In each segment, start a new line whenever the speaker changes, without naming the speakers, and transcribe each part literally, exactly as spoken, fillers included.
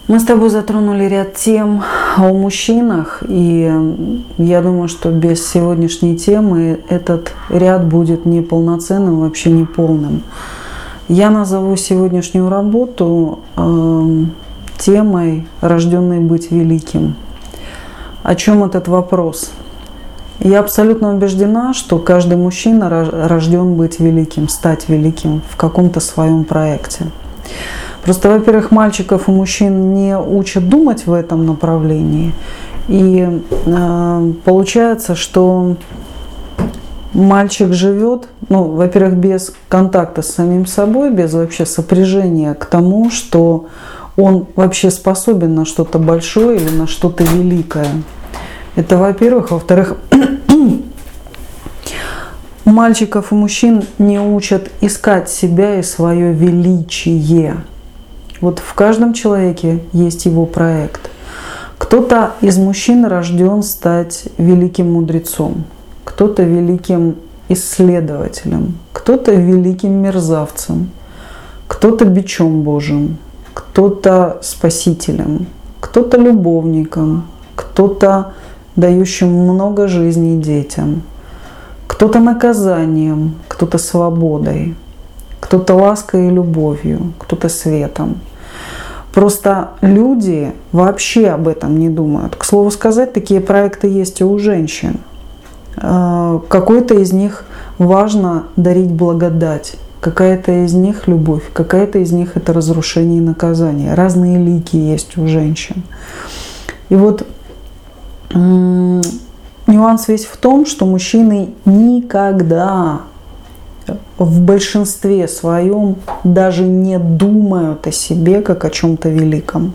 Мы с тобой затронули ряд тем о мужчинах, и я думаю, что без сегодняшней темы этот ряд будет неполноценным, вообще неполным. Я назову сегодняшнюю работу э, темой «Рожденный быть великим». О чем этот вопрос? Я абсолютно убеждена, что каждый мужчина рожден быть великим, стать великим в каком-то своем проекте. Просто, во-первых, мальчиков и мужчин не учат думать в этом направлении. И э, получается, что мальчик живет, ну, во-первых, без контакта с самим собой, без вообще сопряжения к тому, что он вообще способен на что-то большое или на что-то великое. Это, во-первых. Во-вторых, мальчиков и мужчин не учат искать себя и свое величие. Вот в каждом человеке есть его проект. Кто-то из мужчин рожден стать великим мудрецом, кто-то великим исследователем, кто-то великим мерзавцем, кто-то бичом Божьим, кто-то спасителем, кто-то любовником, кто-то дающим много жизней детям, кто-то наказанием, кто-то свободой, кто-то лаской и любовью, кто-то светом. Просто люди вообще об этом не думают. К слову сказать, такие проекты есть и у женщин. Какой-то из них важно дарить благодать, какая-то из них любовь, какая-то из них это разрушение и наказание. Разные лики есть у женщин. И вот нюанс весь в том, что мужчины никогда в большинстве своем даже не думают о себе как о чем-то великом.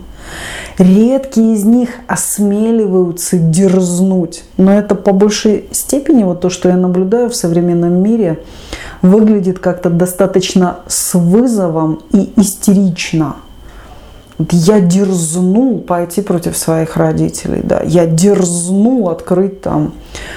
Редкие из них осмеливаются дерзнуть. Но это по большей степени, вот то, что я наблюдаю в современном мире, выглядит как-то достаточно с вызовом и истерично. Вот я дерзнул пойти против своих родителей, да, я дерзнул открыть там,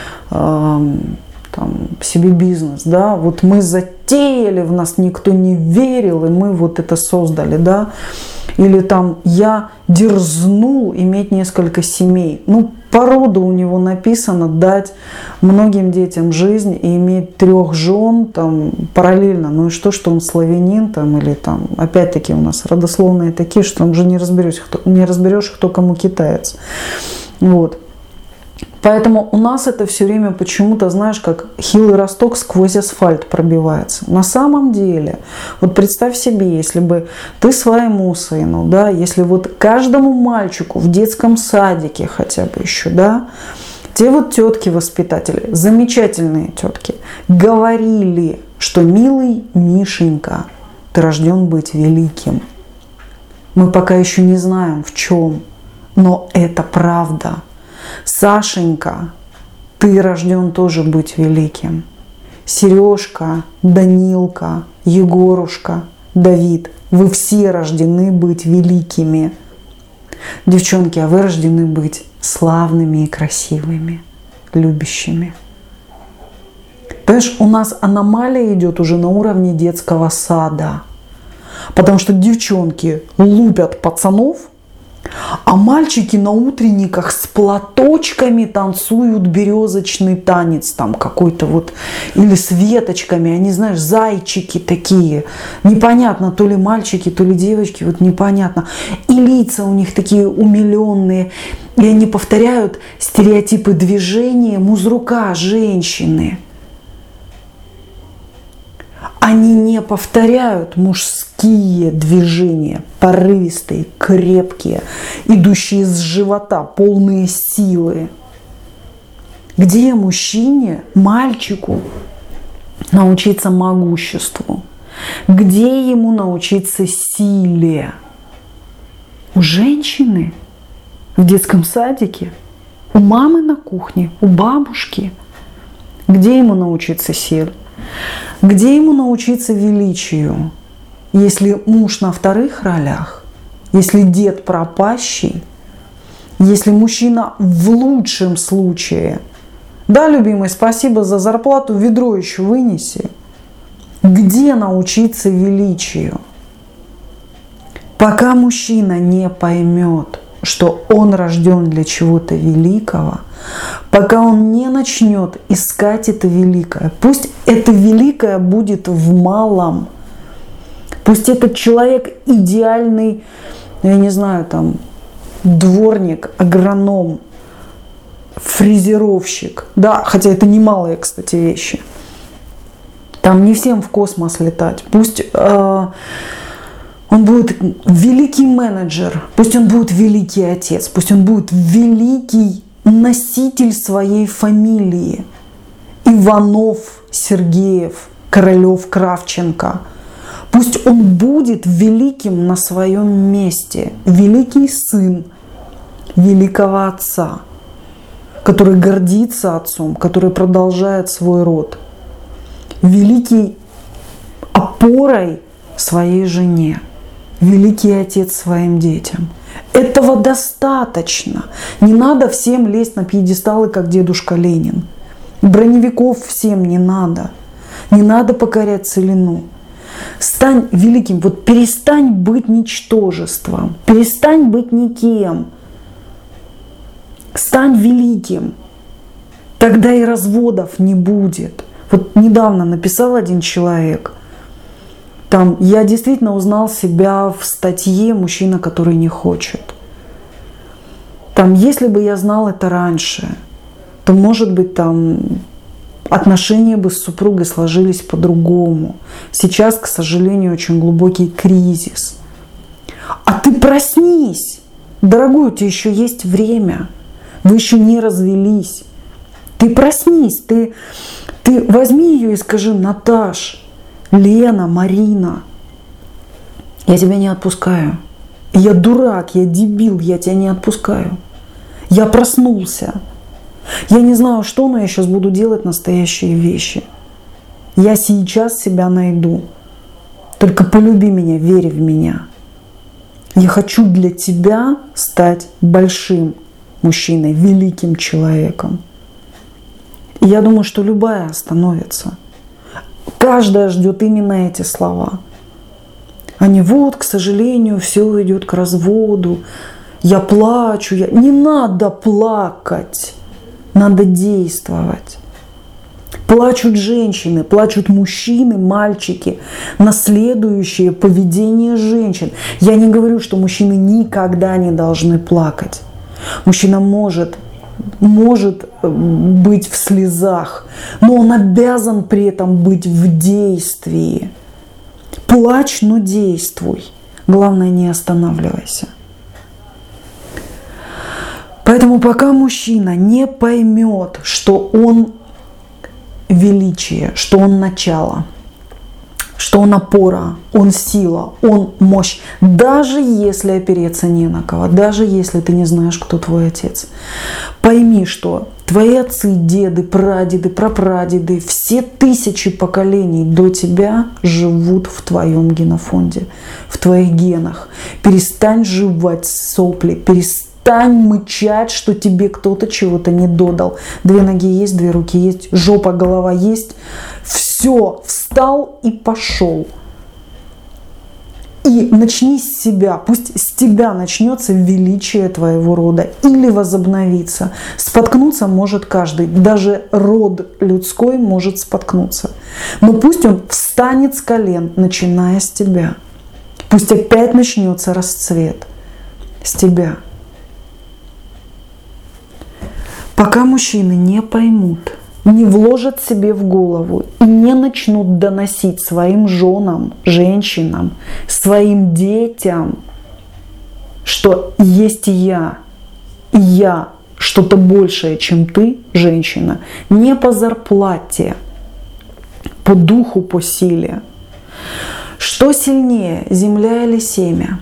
э, там себе бизнес, да, вот мы затеяли, в нас никто не верил, и мы вот это создали, да, или там я дерзнул иметь несколько семей. Ну, по роду у него написано дать многим детям жизнь и иметь трех жен там параллельно. Ну и что, что он славянин там или там, опять-таки у нас родословные такие, что уже не разберешься, кто, не разберешь, кто кому китаец. Вот. Поэтому у нас это все время почему-то, знаешь, как хилый росток сквозь асфальт пробивается. На самом деле, вот представь себе, если бы ты своему сыну, да, если вот каждому мальчику в детском садике хотя бы еще, да, те вот тетки-воспитатели, замечательные тетки, говорили, что милый Мишенька, ты рожден быть великим. Мы пока еще не знаем в чем, но это правда. Сашенька, ты рожден тоже быть великим. Сережка, Данилка, Егорушка, Давид, вы все рождены быть великими. Девчонки, а вы рождены быть славными и красивыми, любящими. Понимаешь, у нас аномалия идет уже на уровне детского сада. Потому что девчонки лупят пацанов, а мальчики на утренниках с платочками танцуют березочный танец там какой-то вот, или с веточками, они, знаешь, зайчики такие. Непонятно, то ли мальчики, то ли девочки, вот непонятно. И лица у них такие умиленные, и они повторяют стереотипы движения музрука женщины. Они не повторяют мужские движения, порывистые, крепкие, идущие с живота, полные силы. Где мужчине, мальчику научиться могуществу? Где ему научиться силе? У женщины в детском садике, у мамы на кухне, у бабушки. Где ему научиться силе? Где ему научиться величию, если муж на вторых ролях, если дед пропащий, если мужчина в лучшем случае, да, любимый, спасибо за зарплату, ведро еще вынеси. Где научиться величию? Пока мужчина не поймет, что он рожден для чего-то великого, пока он не начнет искать это великое, пусть это великое будет в малом, пусть этот человек идеальный, я не знаю, там, дворник, агроном, фрезеровщик, да, хотя это немалые, кстати, вещи. Там не всем в космос летать. Пусть э, он будет великий менеджер, пусть он будет великий отец, пусть он будет великий носитель своей фамилии. Иванов, Сергеев, Королев, Кравченко. Пусть он будет великим на своем месте, великий сын великого отца, который гордится отцом, который продолжает свой род, великий опорой своей жене, великий отец своим детям. Этого достаточно. Не надо всем лезть на пьедесталы, как дедушка Ленин. Броневиков всем не надо. Не надо покорять целину. Стань великим. Вот перестань быть ничтожеством. Перестань быть никем. Стань великим. Тогда и разводов не будет. Вот недавно написал один человек. Там, я действительно узнал себя в статье «Мужчина, который не хочет». Там, если бы я знал это раньше, то, может быть, там отношения бы с супругой сложились по-другому. Сейчас, к сожалению, очень глубокий кризис. А ты проснись! Дорогой, у тебя еще есть время. Вы еще не развелись. Ты проснись, ты, ты возьми ее и скажи: Наташ, Лена, Марина, я тебя не отпускаю. Я дурак, я дебил, я тебя не отпускаю. Я проснулся. Я не знаю что, но я сейчас буду делать настоящие вещи. Я сейчас себя найду. Только полюби меня, верь в меня. Я хочу для тебя стать большим мужчиной, великим человеком. И я думаю, что любая остановится. Каждая ждет именно эти слова. А не вот, к сожалению, все идет к разводу. Я плачу. Я... Не надо плакать. Надо действовать. Плачут женщины, плачут мужчины, мальчики, наследующие поведение женщин. Я не говорю, что мужчины никогда не должны плакать. Мужчина может, может быть в слезах, но он обязан при этом быть в действии. Плачь, но действуй. Главное, не останавливайся. Поэтому пока мужчина не поймет, что он величие, что он начало, что он опора, он сила, он мощь. Даже если опереться не на кого, даже если ты не знаешь, кто твой отец. Пойми, что твои отцы, деды, прадеды, прапрадеды, все тысячи поколений до тебя живут в твоем генофонде, в твоих генах. Перестань жевать сопли, перестань. Перестань мычать, что тебе кто-то чего-то не додал. Две ноги есть, две руки есть, жопа, голова есть. Все, встал и пошел. И начни с себя. Пусть с тебя начнется величие твоего рода. Или возобновится. Споткнуться может каждый. Даже род людской может споткнуться. Но пусть он встанет с колен, начиная с тебя. Пусть опять начнется расцвет с тебя. Пока мужчины не поймут, не вложат себе в голову и не начнут доносить своим женам, женщинам, своим детям, что есть я, и я что-то большее, чем ты, женщина, не по зарплате, по духу, по силе. Что сильнее, земля или семя,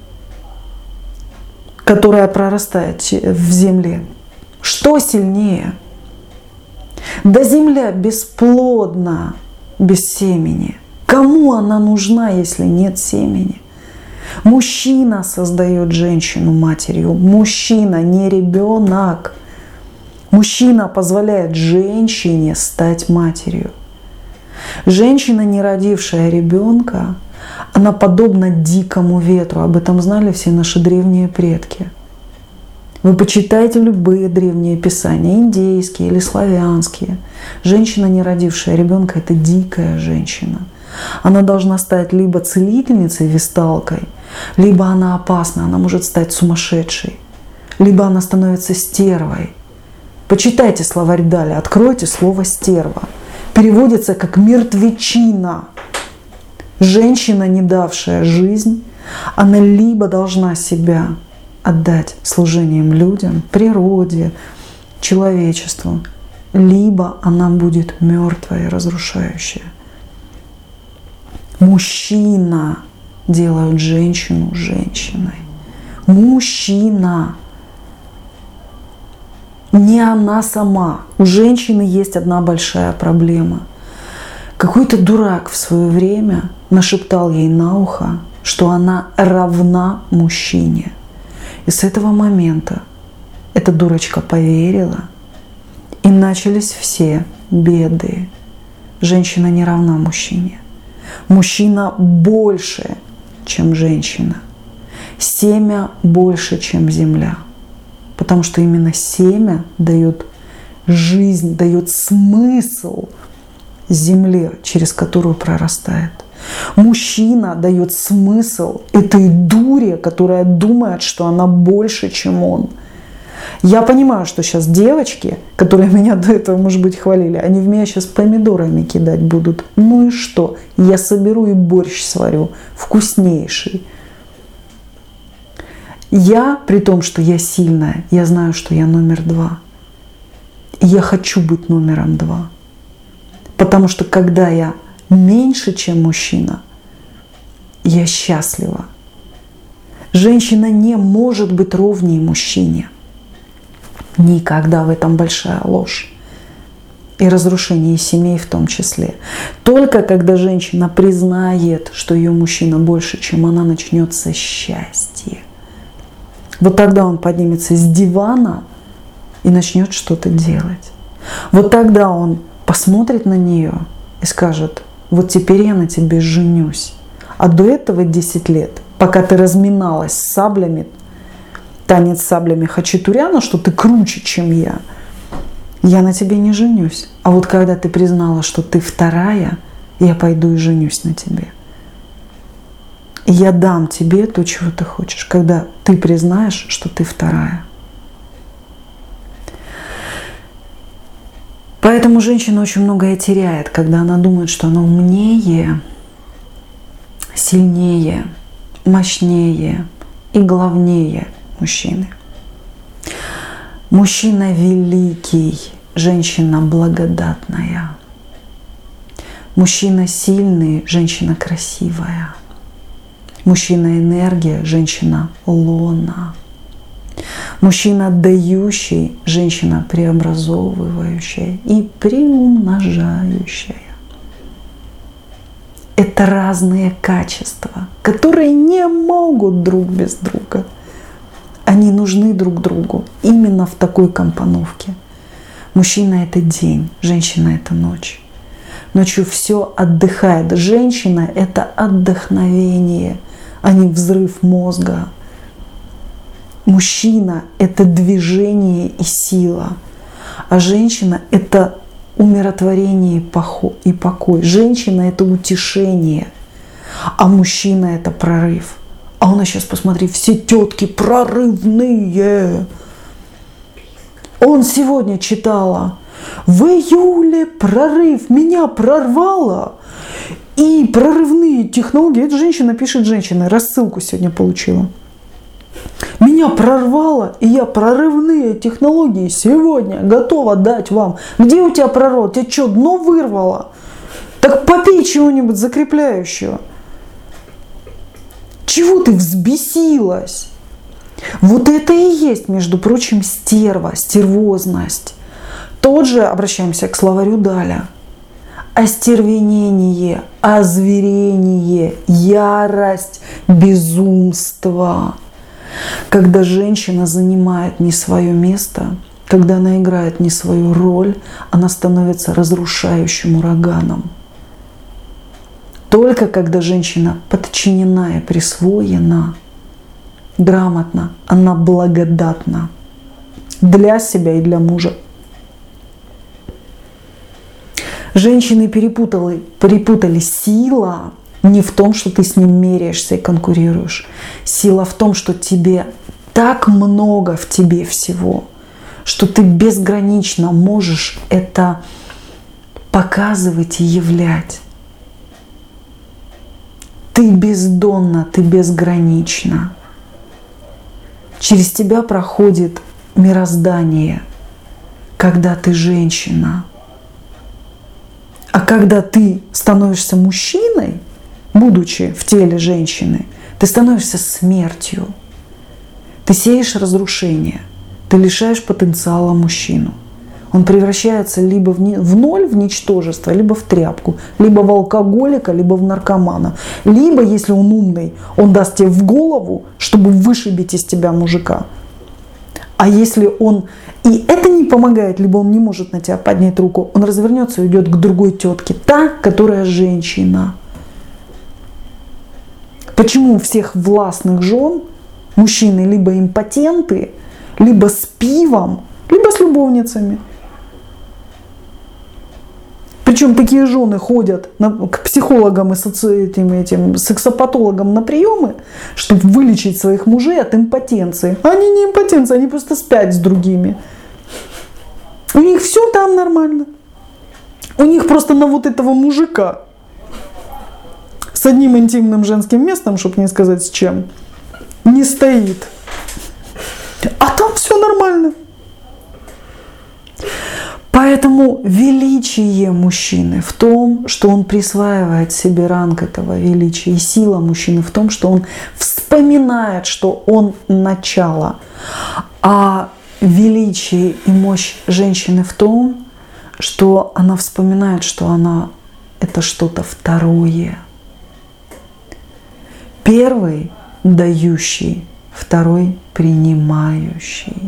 которое прорастает в земле? Что сильнее? Да земля бесплодна без семени. Кому она нужна, если нет семени? Мужчина создает женщину матерью. Мужчина, не ребенок. Мужчина позволяет женщине стать матерью. Женщина, не родившая ребенка, Она подобна дикому ветру. Об этом знали все наши древние предки. Вы почитайте любые древние писания, индейские или славянские. Женщина, не родившая ребенка, это дикая женщина. Она должна стать либо целительницей, весталкой, либо она опасна, она может стать сумасшедшей, либо она становится стервой. Почитайте словарь Даля, откройте слово «стерва». Переводится как «мертвечина». Женщина, не давшая жизнь, она либо должна себя отдать служением людям, природе, человечеству, либо она будет мертвая и разрушающая. Мужчина делает женщину женщиной. Мужчина. Не она сама. У женщины есть одна большая проблема. Какой-то дурак в свое время нашептал ей на ухо, что она равна мужчине. И с этого момента эта дурочка поверила, и начались все беды. Женщина не равна мужчине. Мужчина больше, чем женщина. Семя больше, чем земля. Потому что именно семя дает жизнь, дает смысл земле, через которую прорастает. Мужчина дает смысл этой дуре, которая думает, что она больше, чем он. Я понимаю, что сейчас девочки, которые меня до этого, может быть, хвалили, они в меня сейчас помидорами кидать будут. Ну и что? Я соберу и борщ сварю, вкуснейший. Я, при том, что я сильная, я знаю, что я номер два. И я хочу быть номером два. Потому что когда я меньше, чем мужчина, я счастлива. Женщина не может быть ровнее мужчине. Никогда, в этом большая ложь. И разрушение семей в том числе. Только когда женщина признает, что ее мужчина больше, чем она, начнется счастье. Вот тогда он поднимется с дивана и начнет что-то делать. Вот тогда он посмотрит на нее и скажет: вот теперь я на тебе женюсь. А до этого десять лет, пока ты разминалась с саблями, танец с саблями Хачатуряна, что ты круче, чем я, я на тебе не женюсь. А вот когда ты признала, что ты вторая, я пойду и женюсь на тебе. И я дам тебе то, чего ты хочешь, когда ты признаешь, что ты вторая. Поэтому женщина очень многое теряет, когда она думает, что она умнее, сильнее, мощнее и главнее мужчины. Мужчина великий, женщина благодатная. Мужчина сильный, женщина красивая. Мужчина энергия, женщина лона. Мужчина дающий, женщина преобразовывающая и приумножающая. Это разные качества, которые не могут друг без друга. Они нужны друг другу именно в такой компоновке. Мужчина – это день, женщина – это ночь. Ночью все отдыхает. Женщина – это отдохновение, а не взрыв мозга. Мужчина – это движение и сила, а женщина – это умиротворение и покой. Женщина – это утешение, а мужчина – это прорыв. А у нас сейчас, посмотри, все тетки прорывные. Он сегодня читала: в июле прорыв, меня прорвало. И прорывные технологии. Эта женщина пишет женщина, рассылку сегодня получила. Меня прорвало, и я прорывные технологии сегодня готова дать вам. Где у тебя прорвало? Тебя что, дно вырвало? Так попей чего-нибудь закрепляющего. Чего ты взбесилась? Вот это и есть, между прочим, стерва, стервозность. Тот же, обращаемся к словарю Даля, остервенение, озверение, ярость, безумство. Когда женщина занимает не свое место, когда она играет не свою роль, она становится разрушающим ураганом. Только когда женщина подчинена и присвоена, грамотно, она благодатна для себя и для мужа. Женщины перепутали, перепутали сила не в том, что ты с ним меряешься и конкурируешь. Сила в том, что тебе так много в тебе всего, что ты безгранично можешь это показывать и являть. Ты бездонна, ты безгранична. Через тебя проходит мироздание, когда ты женщина. А когда ты становишься мужчиной, будучи в теле женщины, ты становишься смертью. Ты сеешь разрушение, ты лишаешь потенциала мужчину. Он превращается либо в, не, в ноль, в ничтожество, либо в тряпку, либо в алкоголика, либо в наркомана. Либо, если он умный, он даст тебе в голову, чтобы вышибить из тебя мужика. А если он и это не помогает, либо он не может на тебя поднять руку, он развернется и уйдет к другой тетке, та, которая женщина. Почему у всех властных жен мужчины либо импотенты, либо с пивом, либо с любовницами? Причем такие жены ходят на, к психологам и соци, этим, этим, сексопатологам на приемы, чтобы вылечить своих мужей от импотенции. Они не импотенции, они просто спят с другими. У них все там нормально. У них просто на вот этого мужика с одним интимным женским местом, чтобы не сказать с чем, не стоит. А там все нормально. Поэтому величие мужчины в том, что он присваивает себе ранг этого величия. И сила мужчины в том, что он вспоминает, что он начало. А величие и мощь женщины в том, что она вспоминает, что она это что-то второе. Первый дающий, второй принимающий.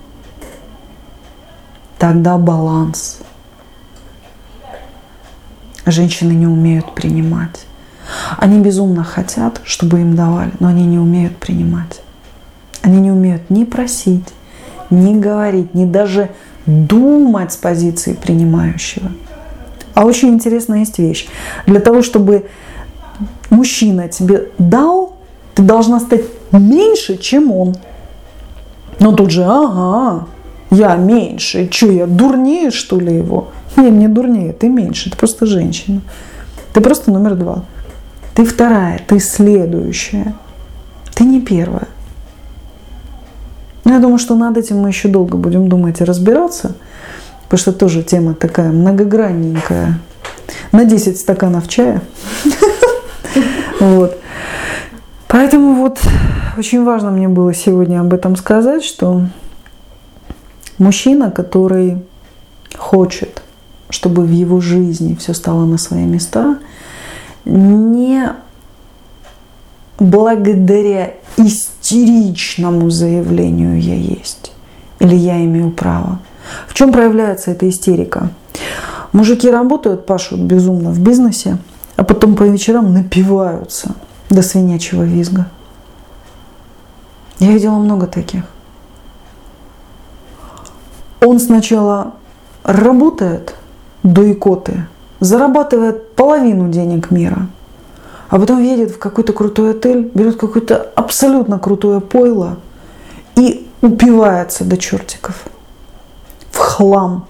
Тогда баланс. Женщины не умеют принимать. Они безумно хотят, чтобы им давали, но они не умеют принимать. Они не умеют ни просить, ни говорить, ни даже думать с позиции принимающего. А очень интересная есть вещь. Для того, чтобы мужчина тебе дал, ты должна стать меньше, чем он. Но тут же, ага, я меньше. Что, я дурнее, что ли, его? Не, не дурнее, ты меньше, ты просто женщина. Ты просто номер два. Ты вторая, ты следующая. Ты не первая. Но я думаю, что над этим мы еще долго будем думать и разбираться, потому что тоже тема такая многогранненькая. На десять стаканов чая. Вот. Поэтому вот очень важно мне было сегодня об этом сказать, что мужчина, который хочет, чтобы в его жизни все стало на свои места, не благодаря истеричному заявлению «я есть» или «я имею право». В чем проявляется эта истерика? Мужики работают, пашут безумно в бизнесе, а потом по вечерам напиваются до свинячьего визга. Я видела много таких. Он сначала работает до икоты, зарабатывает половину денег мира, а потом едет в какой-то крутой отель, берет какое-то абсолютно крутое пойло и упивается до чертиков. В хлам.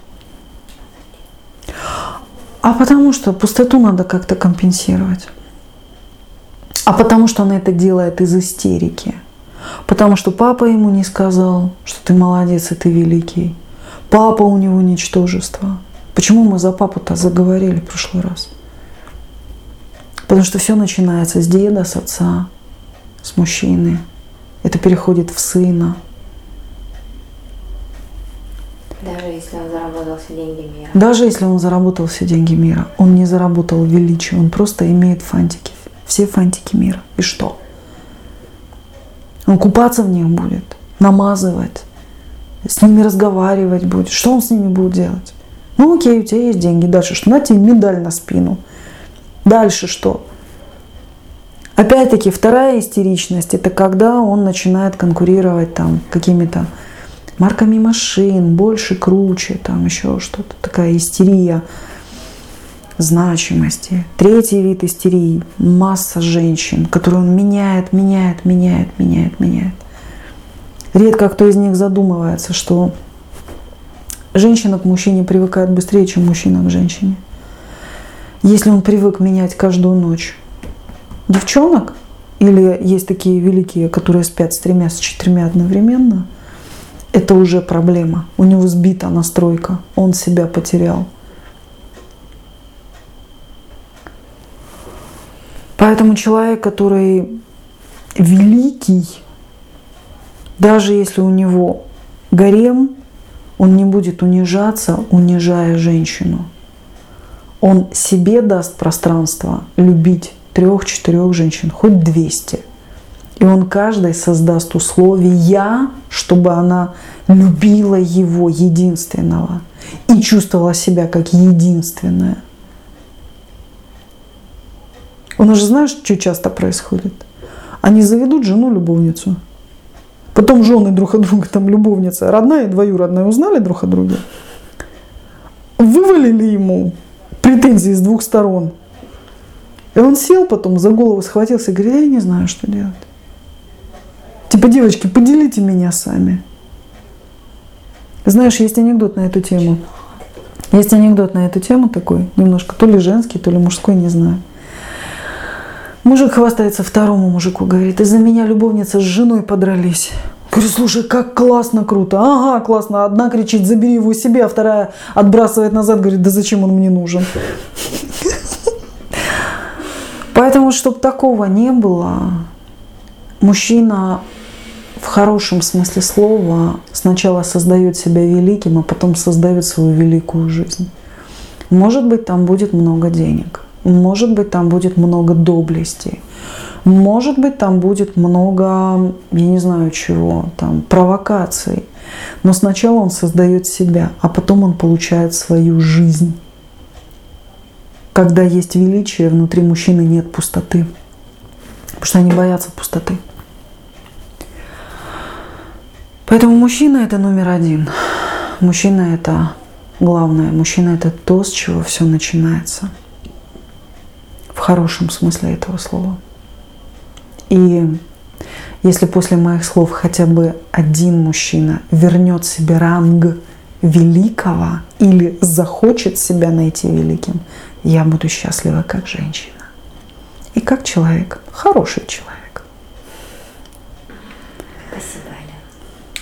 А потому что пустоту надо как-то компенсировать. А потому что он это делает из истерики. Потому что папа ему не сказал, что ты молодец и ты великий. Папа у него ничтожество. Почему мы за папу-то заговорили в прошлый раз? Потому что все начинается с деда, с отца, с мужчины. Это переходит в сына.
Даже если он заработал все деньги мира.
Даже если он заработал все деньги мира, он не заработал величие, он просто имеет фантики. Все фантики мира. И что? Он купаться в них будет, намазывать, с ними разговаривать будет. Что он с ними будет делать? Ну окей, у тебя есть деньги. Дальше что? На тебе медаль на спину. Дальше что? Опять-таки, вторая истеричность – это когда он начинает конкурировать там какими-то марками машин, больше, круче, там еще что-то. Такая истерия значимости. Третий вид истерии – масса женщин, которые он меняет, меняет, меняет, меняет, меняет. Редко кто из них задумывается, что женщина к мужчине привыкает быстрее, чем мужчина к женщине. Если он привык менять каждую ночь девчонок, или есть такие великие, которые спят с тремя, с четырьмя одновременно, это уже проблема. У него сбита настройка, он себя потерял. Поэтому человек, который великий, даже если у него гарем, он не будет унижаться, унижая женщину. Он себе даст пространство любить трех-четырех женщин, хоть двести. И он каждой создаст условия, чтобы она любила его единственного и чувствовала себя как единственная. У нас же знаешь, что часто происходит? Они заведут жену-любовницу. Потом жены друг от друга, там любовница, родная и двоюродная, узнали друг о друге. Вывалили ему претензии с двух сторон. И он сел потом, за голову схватился и говорит: я не знаю, что делать. Типа, девочки, поделите меня сами. Знаешь, есть анекдот на эту тему. Есть анекдот на эту тему такой, немножко, то ли женский, то ли мужской, не знаю. Мужик хвастается второму мужику, говорит: из-за меня любовница с женой подрались. Говорю: слушай, как классно, круто. Ага, классно. Одна кричит: забери его себе, а вторая отбрасывает назад, говорит: да зачем он мне нужен? Поэтому, чтобы такого не было, мужчина в хорошем смысле слова сначала создает себя великим, а потом создает свою великую жизнь. Может быть, там будет много денег. Может быть, там будет много доблести. Может быть, там будет много, я не знаю чего, там, провокаций. Но сначала он создает себя, а потом он получает свою жизнь. Когда есть величие, внутри мужчины нет пустоты. Потому что они боятся пустоты. Поэтому мужчина – это номер один. Мужчина – это главное. Мужчина – это то, с чего все начинается. В хорошем смысле этого слова. И если после моих слов хотя бы один мужчина вернет себе ранг великого или захочет себя найти великим, я буду счастлива как женщина. И как человек, хороший человек.
Спасибо, Аля.